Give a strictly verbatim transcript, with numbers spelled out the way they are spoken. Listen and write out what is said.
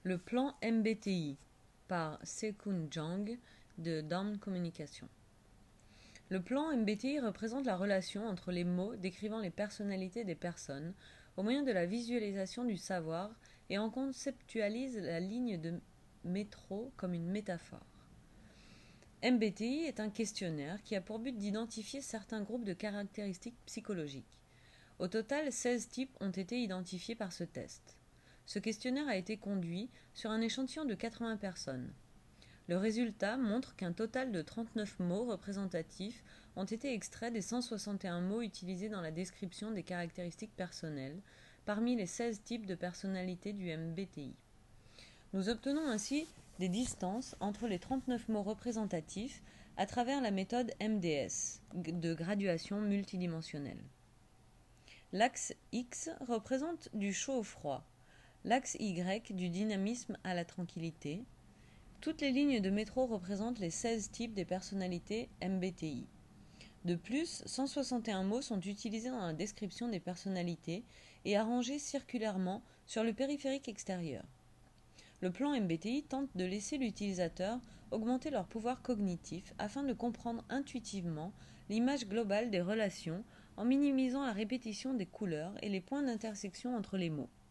Le plan M B T I par Se-Kun Jang de Dawn Communication. Le plan M B T I représente la relation entre les mots décrivant les personnalités des personnes au moyen de la visualisation du savoir et en conceptualise la ligne de métro comme une métaphore. M B T I est un questionnaire qui a pour but d'identifier certains groupes de caractéristiques psychologiques. Au total, seize types ont été identifiés par ce test. Ce questionnaire a été conduit sur un échantillon de quatre-vingts personnes. Le résultat montre qu'un total de trente-neuf mots représentatifs ont été extraits des cent soixante et un mots utilisés dans la description des caractéristiques personnelles parmi les seize types de personnalités du M B T I. Nous obtenons ainsi des distances entre les trente-neuf mots représentatifs à travers la méthode M D S de graduation multidimensionnelle. L'axe X représente du chaud au froid, l'axe Y du dynamisme à la tranquillité. Toutes les lignes de métro représentent les seize types des personnalités M B T I. De plus, cent soixante et un mots sont utilisés dans la description des personnalités et arrangés circulairement sur le périphérique extérieur. Le plan M B T I tente de laisser l'utilisateur augmenter leur pouvoir cognitif afin de comprendre intuitivement l'image globale des relations en minimisant la répétition des couleurs et les points d'intersection entre les mots.